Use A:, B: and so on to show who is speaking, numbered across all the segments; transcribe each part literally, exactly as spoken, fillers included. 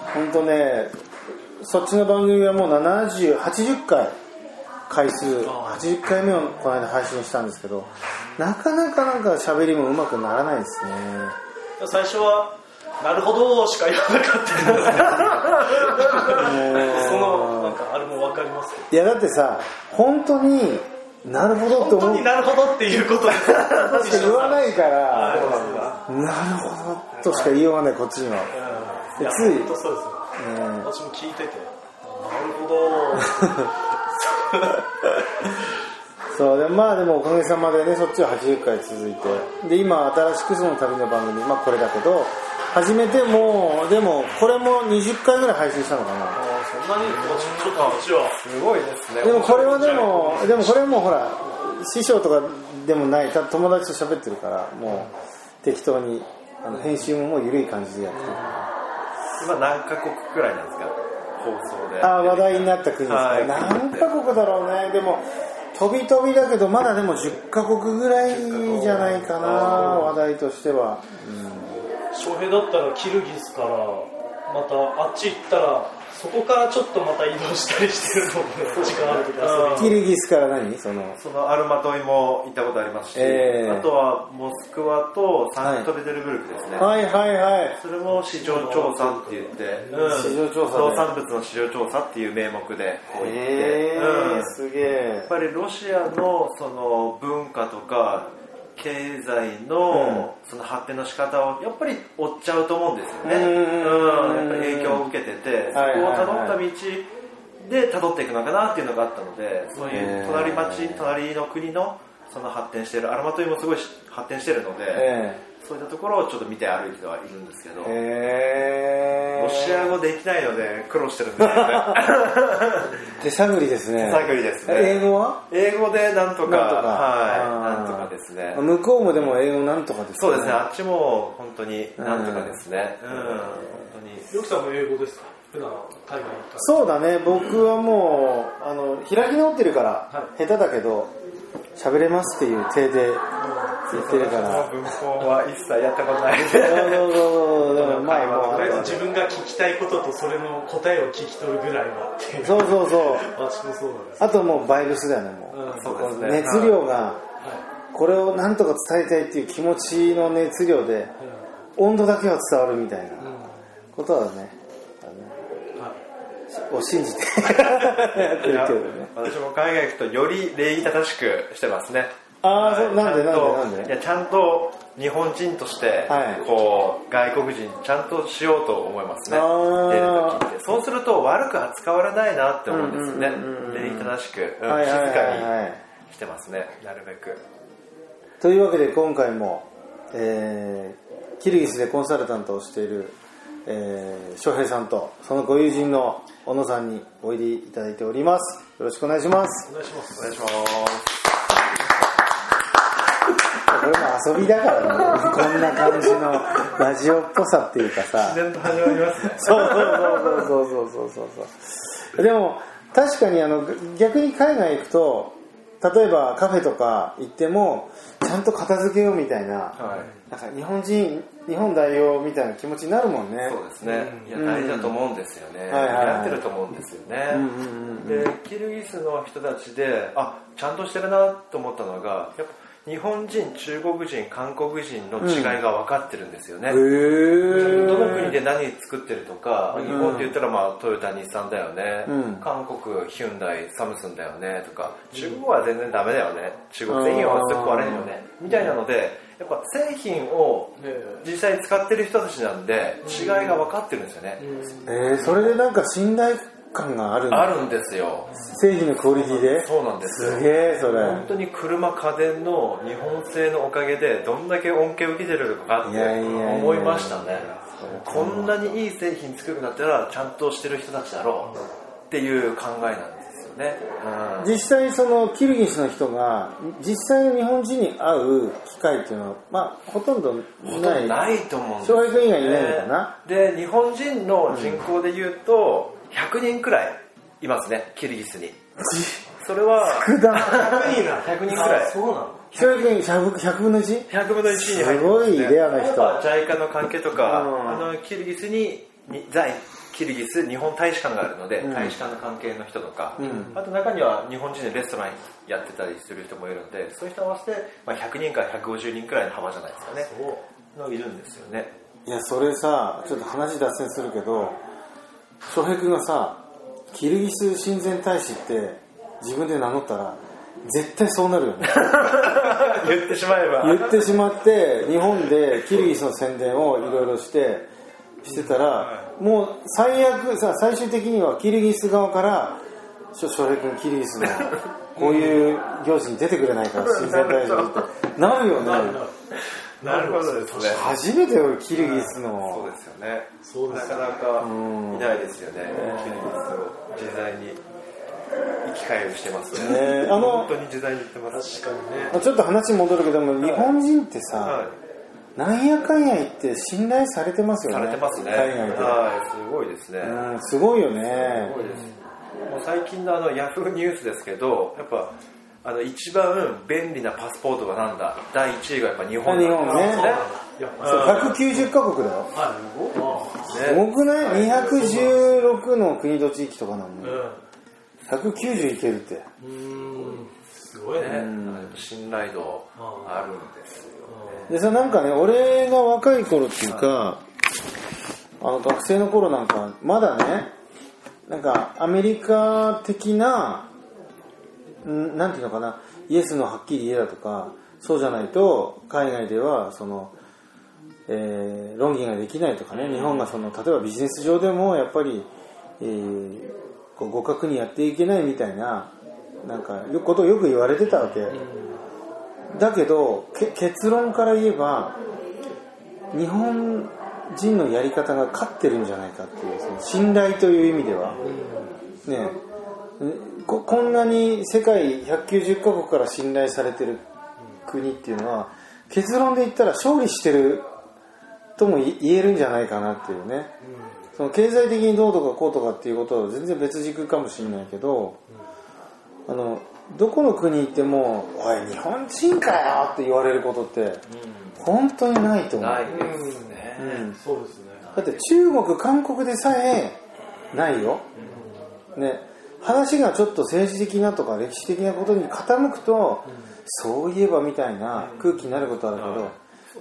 A: 本当ね、そっちの番組はもうななじゅう、はちじゅっかい回数、はちじゅっかいめをこの間配信したんですけど、なかなかなんか喋りもうまくならないですね。
B: 最初はなるほどしか言わなかったんですそのなんかあれも分かります
A: いやだってさ、本当になるほどって思う、
B: 本当になるほどっていうことです
A: しか言わないから、なるほどとしか言いようがない、こっちには。
B: いや、
A: つい
B: 本当そうですよ、ね、私も聞いてて、なるほど
A: そうで、まあでもおかげさまでね、そっちははちじゅっかい続いて、で今新しくその旅の番組、まあこれだけど始めてもう、でもこれもにじゅっかいぐらい配信したのかな。
B: あ、そんなにちょっとうちは
C: すごいですね。
A: でもこれはでもでもこれはもうほら師匠とかでもない、た友達と喋ってるから、もう適当にあの編集ももう緩い感じでやってる。
C: 今何カ国くらいなんですか、放送で。
A: あ、話題になった国ですか、
C: はい、
A: 何カ国だろうね。でも飛び飛びだけどまだでもじゅっカ国ぐらいじゃないかな、話題としては。
B: 翔平だったらキルギスからまたあっち行ったら、そこからちょっとまた移動したりしてるのも時間あるとき遊びに。
A: キルギスから何その
C: そのアルマトイも行ったことありますし、
A: えー、
C: あとはモスクワとサンクトペテルブルクですね。
A: はいはいはい。
C: それも市場調査って言って、うん、
A: 市場調査、
C: 農産物の市場調査っていう名目でこう行って、
A: えーうん、すげえ。
C: やっぱりロシアのその文化とか経済のその発展の仕方をやっぱり追っちゃうと思うんですよね。うん、やっぱり影響を受けてて、そこをたどった道でたどっていくのかなっていうのがあったので、そういう隣町、隣の国のその発展しているアルマトイもすごい発展しているので、えー、そういったところをちょっと見て歩いてはいるんですけど、
A: えー、
C: ロシア語できないので苦労してるんですよね。
A: 手探りですね。
C: 手探りですね。
A: 英語は？
C: 英語でなんとか、
A: なんとか、
C: はい、なんとかですね。
A: 向こうもでも英語なんとかですね。
C: そうですね。あっちも本当になんとかですね。うん、うん、本当に。
B: りょうきさんも英語ですか？普段海外に行ったら。
A: そうだね。僕はもうあの開き直ってるから、はい、下手だけど喋れますっていう体で言ってるから。
C: 文法は一切やったことない。
A: そうそうそう。だからまあまあ
B: とりあえず自分が聞きたいこととそれの答えを聞き取るぐらいはっていう。
A: そうそうそう。
B: 私もそうなんです。
A: あともうバイブスだよね、もう。
C: うん、そうですね。
A: 熱量が、これをなんとか伝えたいっていう気持ちの熱量で、温度だけは伝わるみたいなことはね、を信じてやってるけどね。
C: 私も海外行くとより礼儀正しくしてますね。
A: ああ、そう、なんでなんでなんで。
C: いや、ちゃんと日本人として、はい、こう外国人ちゃんとしようと思いますね。出る時って、そうすると悪く扱われないなって思うんですよね。礼儀正しく、うん、静かにしてますね、なるべく。
A: というわけで今回も、えー、キルギスでコンサルタントをしているえー、翔平さんとそのご友人の小野さんにおいでいただいております。よろしくお願いします。
B: お願いします。
C: お願いします。
A: これも遊びだからね。こんな感じのラジオっぽさっていうかさ。
C: 自然と始まりますね。
A: そうそうそうそうそうそうそう。でも確かにあの逆に海外行くと、例えばカフェとか行ってもちゃんと片付けようみたいな、はい、なんか日本人日本代表みたいな気持ちになるもんね。
C: そうですね、うん、いや大事だと思うんですよね、やってると思うんですよね、うんうんうん、でキルギスの人たちであちゃんとしてるなと思ったのが、やっぱ日本人、中国人、韓国人の違いが分かってるんですよね、うん、どの国で何作ってるとか、うん、日本って言ったら、まあ、トヨタ、日産だよね、うん、韓国、ヒュンダイ、サムスンだよねとか、中国は全然ダメだよね、中国製品はすぐ壊れるよね、うん、みたいなので、やっぱ製品を実際に使ってる人たちなんで違いが分かってるんですよね、
A: うん、えー、それでなんか信頼感があるん
C: あるんですよ。
A: 製品のクオリティで。
C: そうなんですよ。
A: すげえそれ。
C: 本当に車家電の日本製のおかげでどんだけ恩恵を受けてるのかって思いましたね。こんなにいい製品作るんだったらちゃんとしてる人たちだろうっていう考えなんですよね、
A: うん、実際そのキルギスの人が実際の日本人に会う機会っていうのは、まあ、ほとんどない
C: ほとんどないと思うんですよ、
A: 翔平君以外いないのかな。
C: で日本人の人口でいうとひゃくにんくらいいますね、キルギスに。それは
A: 少な
B: ひゃくにんな
C: ひゃくにんくらい。
B: そうなの。
A: 翔平君ひゃくぶんの いち？
C: ひゃくぶんのいちに入ってます、ね、
A: すごいレアな人。
C: ジャイカの関係とか、あのキルギスに在キルギス日本大使館があるので、うん、大使館の関係の人とか、うん、あと中には日本人でレストランやってたりする人もいるので、そういう人合わせて、まあ、ひゃくにんからひゃくごじゅうにんくらいの幅じゃないですかね。そうのいるんですよね。
A: いやそれさちょっと話脱線するけど、翔平君がさキルギス親善大使って自分で名乗ったら絶対そうなるよね
C: 言ってしまえば
A: 言ってしまって日本でキルギスの宣伝をいろいろしてしてたら、もう最悪さ最終的にはキルギス側から翔平君キルギスのこういう行事に出てくれないから親善大使ってなるよね。
C: なるほどですね。
A: 初めて俺キルギスの、
C: そうですよね。そうですなかなかいないですよね。キルギスを時代に生き返りしてますね。ねあの本当に時代に行ってます。
B: 確かにね。
A: ちょっと話戻るけども、日本人ってさ、はい、なんやかんや言って信頼されてますよね。
C: されてますね。
A: 海外で。
C: はい、すごいですね。
A: うん、すごいよね。
C: すごいです。もう最近のあのヤフーニュースですけど、やっぱあの一番便利なパスポートがなんだだいいちいがやっぱ日本
A: 日本ね。ひゃくきゅうじゅっかこくだよ。すごくない？にひゃくじゅうろくの国と地域とかなのに、うん、ひゃくきゅうじゅういけるって。う
C: ーんすごいね。信頼度あるんですよね。
A: でさなんかね俺が若い頃っていうかあの学生の頃なんかまだねなんかアメリカ的ななんていうのかなイエスのはっきり言えだとかそうじゃないと海外ではその、えー、論議ができないとかね、日本がその例えばビジネス上でもやっぱり、えー、こう互角にやっていけないみたいななんかことをよく言われてたわけだけど結論から言えば日本人のやり方が勝ってるんじゃないかっていうその信頼という意味ではねこ, こんなに世界ひゃくきゅうじゅっかこくから信頼されてる国っていうのは結論で言ったら勝利してるとも言えるんじゃないかなっていうね、うん、その経済的にどうとかこうとかっていうことは全然別軸かもしれないけど、うん、あのどこの国行ってもおい日本人かよって言われることって、うん、本当にないと思う。
C: ないですね、
B: うん、そうですね。
A: だって中国韓国でさえないよ、うん、ね話がちょっと政治的なとか歴史的なことに傾くと、うん、そういえばみたいな空気になることあるけど、うん、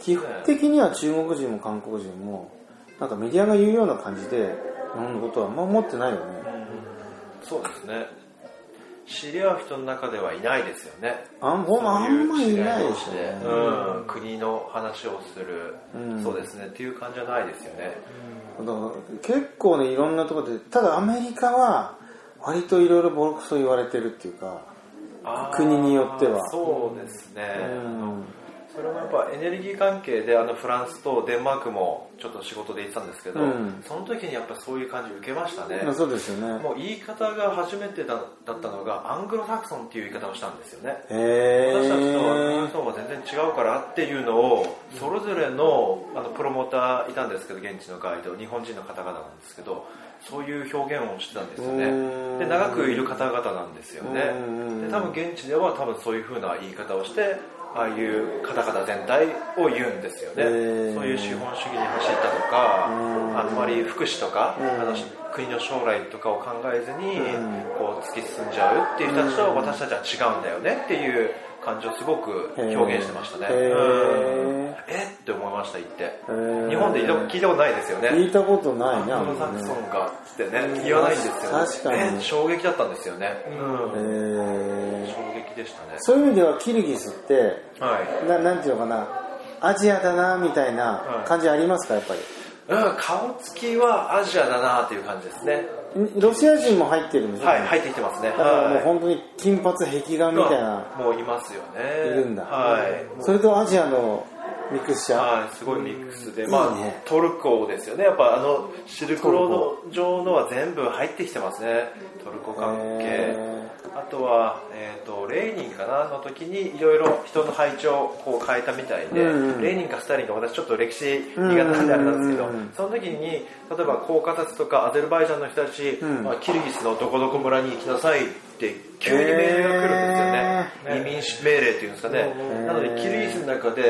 A: 基本的には中国人も韓国人もなんかメディアが言うような感じで日本のことはあんま思ってないよね、
C: うん、そうですね。知り合う人の中ではいないですよね。
A: あんまあんまいないでしょ、ね
C: うん、国の話をする、うん、そうですねっていう感じじゃないですよね、
A: うん、だから結構ねいろんなところでただアメリカは割といろいろボロクソ言われてるっていうか国によっては
C: そうですね、うん、それもやっぱエネルギー関係であのフランスとデンマークもちょっと仕事で行ってたんですけど、うん、その時にやっぱそういう感じ受けましたね。
A: そうですよね。
C: もう言い方が初めてだったのがアングロサクソンっていう言い方をしたんですよね。
A: へ
C: 私たちとは日本が全然違うからっていうのをそれぞれ の, あのプロモーターいたんですけど現地のガイド日本人の方々なんですけどそういう表現をしてたんですよね。で長くいる方々なんですよね。で多分現地では多分そういう風な言い方をしてああいう方々全体を言うんですよね。そういう資本主義に走ったとかあんまり福祉とかあの国の将来とかを考えずにこう突き進んじゃうっていう人たちと私たちは違うんだよねっていう感情をすごく表現してましたね。うんえって思いました言って。日本で聞いたことないですよね。
A: 聞いたことないね。
C: アングロサクソンがってね言わないんですよね。
A: 確かに
C: 衝撃だったんですよね。うん衝撃でしたね。
A: そういう意味ではキルギスって、
C: はい、
A: な, なんていうのかなアジアだなみたいな感じありますかやっぱり。
C: うん、顔つきはアジアだなという感じですね。
A: ロシア人も入ってるんです
C: よね。はい、入ってきてますね。
A: だからもう本当に金髪壁眼みたいな、
C: もういますよね。
A: いるんだ。
C: はい。
A: それとアジアのミックス者。
C: はい、すごいミックスで、まあ、いいね、トルコですよね。やっぱあのシルクロード上のは全部入ってきてますね。トルコ関係。あとは、えーと、レーニンかなの時にいろいろ人の配置をこう変えたみたいで、うんうん、レーニンかスターリンか私ちょっと歴史苦手なんであれなんですけど、うんうんうん、その時に例えばコーカサスとかアゼルバイジャンの人たち、うんまあ、キルギスのどこどこ村に行きなさいって急に命令が来るんですよね、えー、移民命令っていうんですかね、えー、なのでキルギスの中で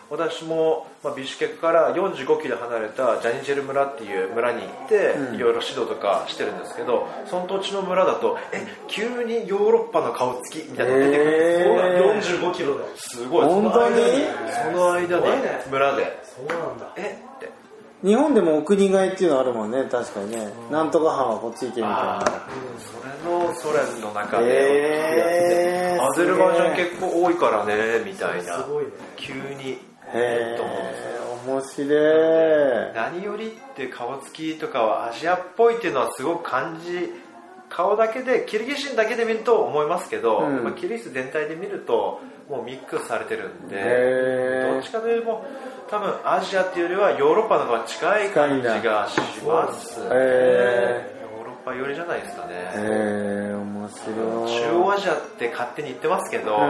C: 私も、まあ、ビシュケクからよんじゅうごキロ離れたジャニジェル村っていう村に行っていろいろ指導とかしてるんですけど、その土地の村だとえ急にヨーロッパの顔つきみたいなのが出てくるんですよ、
B: えー、よんじゅうごキロだ
C: すごい
A: 本当に
C: その間に村で
B: そうなんだ
C: えって
A: 日本でもお国替えっていうのあるもんね、確かにね、うん、なんとか藩はこっち行けみたいな、
C: それのソ連の中で、
A: えー、
C: アゼルバイジャン結構多いからねみたいな、
B: すごいね、
C: 急に
A: へー、面白い。
C: 何よりって顔つきとかはアジアっぽいっていうのはすごく感じ、顔だけでキルギス人だけで見ると思いますけど、うんまあ、キルギス全体で見るともうミックスされてるんで、どっちかというと多分アジアっていうよりはヨーロッパの方が近い感じがしますね。ヨーロッパ寄りじゃないですかね。
A: へー、面白い。
C: 中央アジアって勝手に言ってますけど、うん、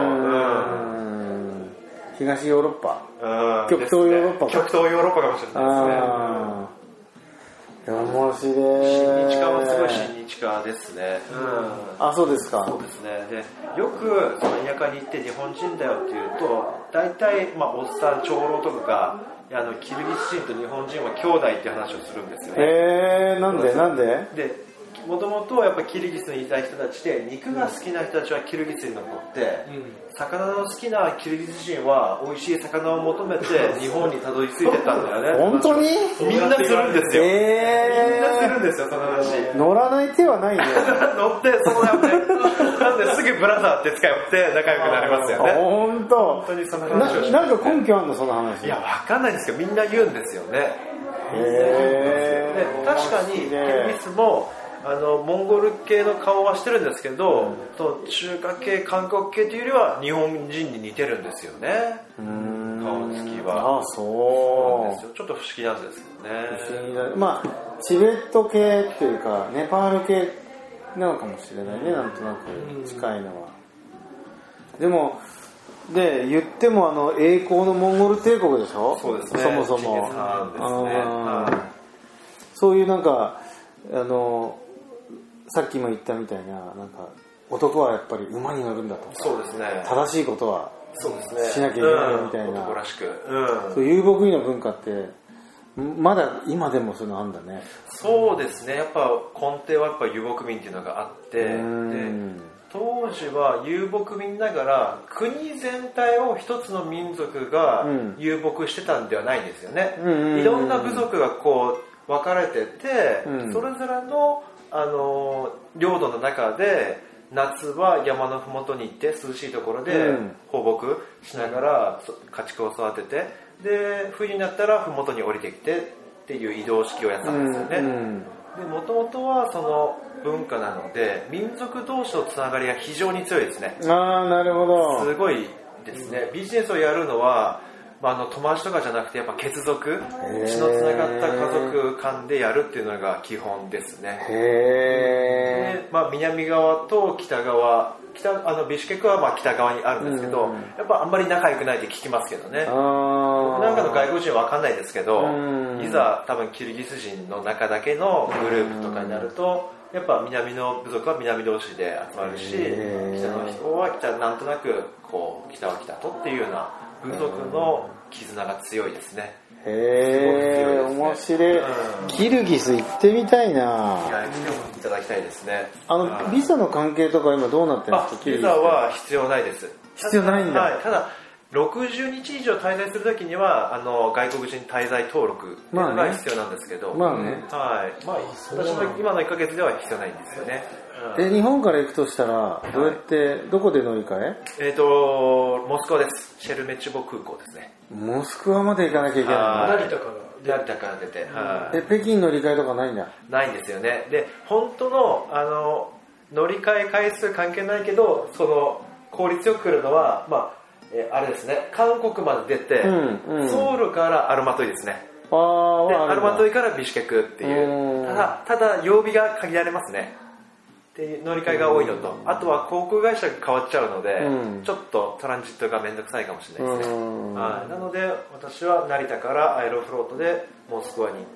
A: 東ヨーロッパ、
C: うん、
A: 極東ヨーロッパか、
C: 極東ヨーロッパかもしれないですね。
A: 面白い。
C: 親日家はすごい親日家ですね、
A: うん、あ、そうですか。
C: そうですね。でよくその田舎に行って日本人だよっていうと大体、まあ、おっさん長老とかがあのキルギス人と日本人は兄弟っていう話をするんですよね。
A: へー、なんでなんで
C: でもともとやっぱキルギスにいた人たちで肉が好きな人たちはキルギスに残って、うん、魚の好きなキルギス人は美味しい魚を求めて日本にたどり着いてたんだよね。
A: 本当に
C: みんなするんですよ、
A: えー、
C: みんなするんですよその話。
A: 乗らない手はないね
C: 乗ってそのやってなんですぐブラザーって使って仲良くなりますよね。
A: 本当
C: 本当にその話をして
A: ななんか根拠あんのその話。
C: いや分かんないですけどみんな言うんですよね。
A: へー、
C: で確かにキルギスもあのモンゴル系の顔はしてるんですけど、うん、中華系韓国系というよりは日本人に似てるんですよね。うーん、顔つきは。
A: あ、そう。
C: そうなんですよ。ちょっと不思議なんですけどね。
A: 不思議だ。まあチベット系っていうかネパール系なのかもしれないね、なんとなく近いのは。でもで言ってもあの栄光のモンゴル帝国でしょ。
C: そうですね。
A: そもそも。
C: チゲさんですね。はい、
A: そういうなんかあのさっきも言ったみたいな、なんか男はやっぱり馬に乗るんだとか、
C: そうですね、
A: 正しいことは
C: そうですね
A: しなきゃいけないみたいな、
C: うん、男らしく、うん、
A: そう遊牧民の文化ってまだ今でもそういうのあるんだね。
C: そうですね、やっぱ根底はやっぱ遊牧民っていうのがあって、で当時は遊牧民ながら国全体を一つの民族が遊牧してたんではないんですよね、うん、いろんな部族がこう分かれてて、うん、それぞれのあの領土の中で夏は山のふもとに行って涼しいところで放牧しながら家畜を育てて、で冬になったらふもとに降りてきてっていう移動式をやってたんですよね。もともとはその文化なので民族同士のつながりが非常に強いですね。
A: ああ、なるほど。
C: すごいですね。ビジネスをやるのはまあ、あの友達とかじゃなくてやっぱ血族、血のつながった家族間でやるっていうのが基本ですね。へで、まあ、南側と北側、北あのビシュケクはまあ北側にあるんですけど、やっぱあんまり仲良くないって聞きますけどね。なんかの外国人は分かんないですけど、いざ多分キルギス人の中だけのグループとかになるとやっぱ南の部族は南同士で集まるし、北の人は北なんとなくこう北は北とっていうような部族の絆が強いですね。
A: へー、面白い、うん。キルギス行ってみたいな。
C: いや、来ていただきたいですね。
A: あのビザの関係とか今どうなってるんですか？
C: ビザは必要ないです。
A: 必要ないんだ。
C: はい、ただろくじゅうにち以上滞在するときにはあの外国人滞在登録っていうのが必要なんですけど、
A: まあね、
C: はい、まあ、私の今のいっかげつでは必要ないんですよね。
A: で日本から行くとしたらどうやって、はい、どこで乗り換え？
C: えっ、ー、とモスクワです。シェルメチボ空港ですね。
A: モスクワまで行かなきゃいけない。
B: 成田から
C: 成田から出て、うん、
A: はい。で北京乗り換えとかないんだ？
C: ないんですよね。で本当のあの乗り換え回数関係ないけどその効率よく来るのはまあえあれですね、韓国まで出て、うんうん、ソウルからアルマトイですね。あでアルマトイからビシュケクっていう。ただただ曜日が限られますね。で乗り換えが多いのと、あとは航空会社が変わっちゃうので、うん、ちょっとトランジットがめんどくさいかもしれないですね。はい、なので私は成田からアエロフロートでモスクワに行って、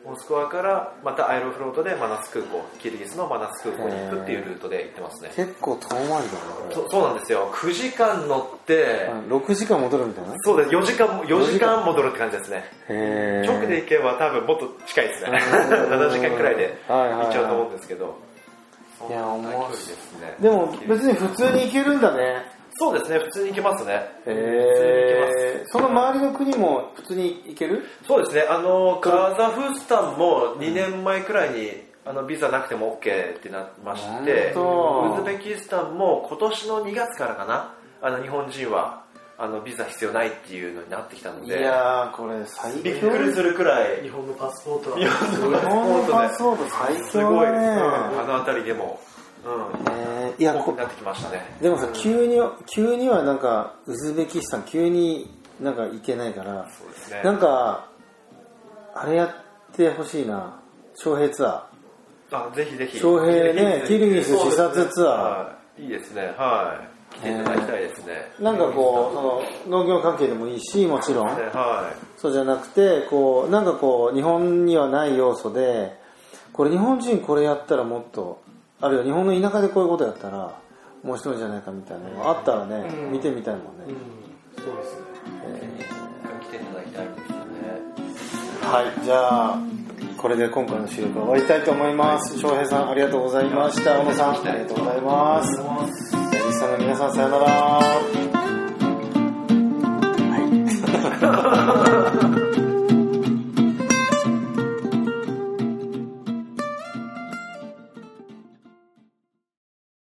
C: モスクワからまたアエロフロートでマナス空港、キルギスのマナス空港に行くっていうルートで行ってますね。
A: 結構遠回りだね。
C: そ, そうなんですよ。くじかん乗って
A: ろくじかん戻るみたいな。
C: そうです。よじかんよじかん戻るって感じですね。
A: へー。
C: 直で行けば多分もっと近いですね。ななじかんくらいで行っちゃうと思うんですけど。
A: いや面白い
C: ですね。
A: でも別に普通に行けるんだね。
C: そうですね、普通に行けますね。
A: へー。その周りの国も普通に行ける？
C: そうですね、あのカザフスタンもにねんまえくらいにあのビザなくても OK ってなりまして、ウズベキスタンも今年のにがつからかな、あの日本人はあのビザ必要ないっていうのになってきたので、
A: いやーこれ最強。
C: びっくりするくらい
B: 日本のパスポートは
C: 日本の
A: パスポート最強だね。
C: すごいです、うん、あの辺りでも。うん
A: えー、いや
C: こうなってきましたね。
A: でもさ、急に急にはなんかウズベキスタン急になんか行けないから、
C: そうですね、
A: なんかあれやってほしいな、翔平ツア
C: ー。あ、ぜひぜひ。
A: 翔平ね、キルギス視察ツアー、
C: はい、いいですね。はい。来ていただきたいですね。
A: えー、なんかこうその農業関係でもいいし、もちろん、
C: そうですね、はい、
A: そうじゃなくてこうなんかこう日本にはない要素で、これ日本人これやったらもっと。あるいは日本の田舎でこういうことやったら面白いんじゃないかみたいなのがあったらね、うん、見てみたいもんね、
B: うん、そうですね、
C: えー、来ていただきたいですよね。
A: はい、じゃあこれで今回の収録は終わりたいと思います。翔平さんありがとうございました。小野さんありがとうございます。リスナーの皆さんさよなら。はい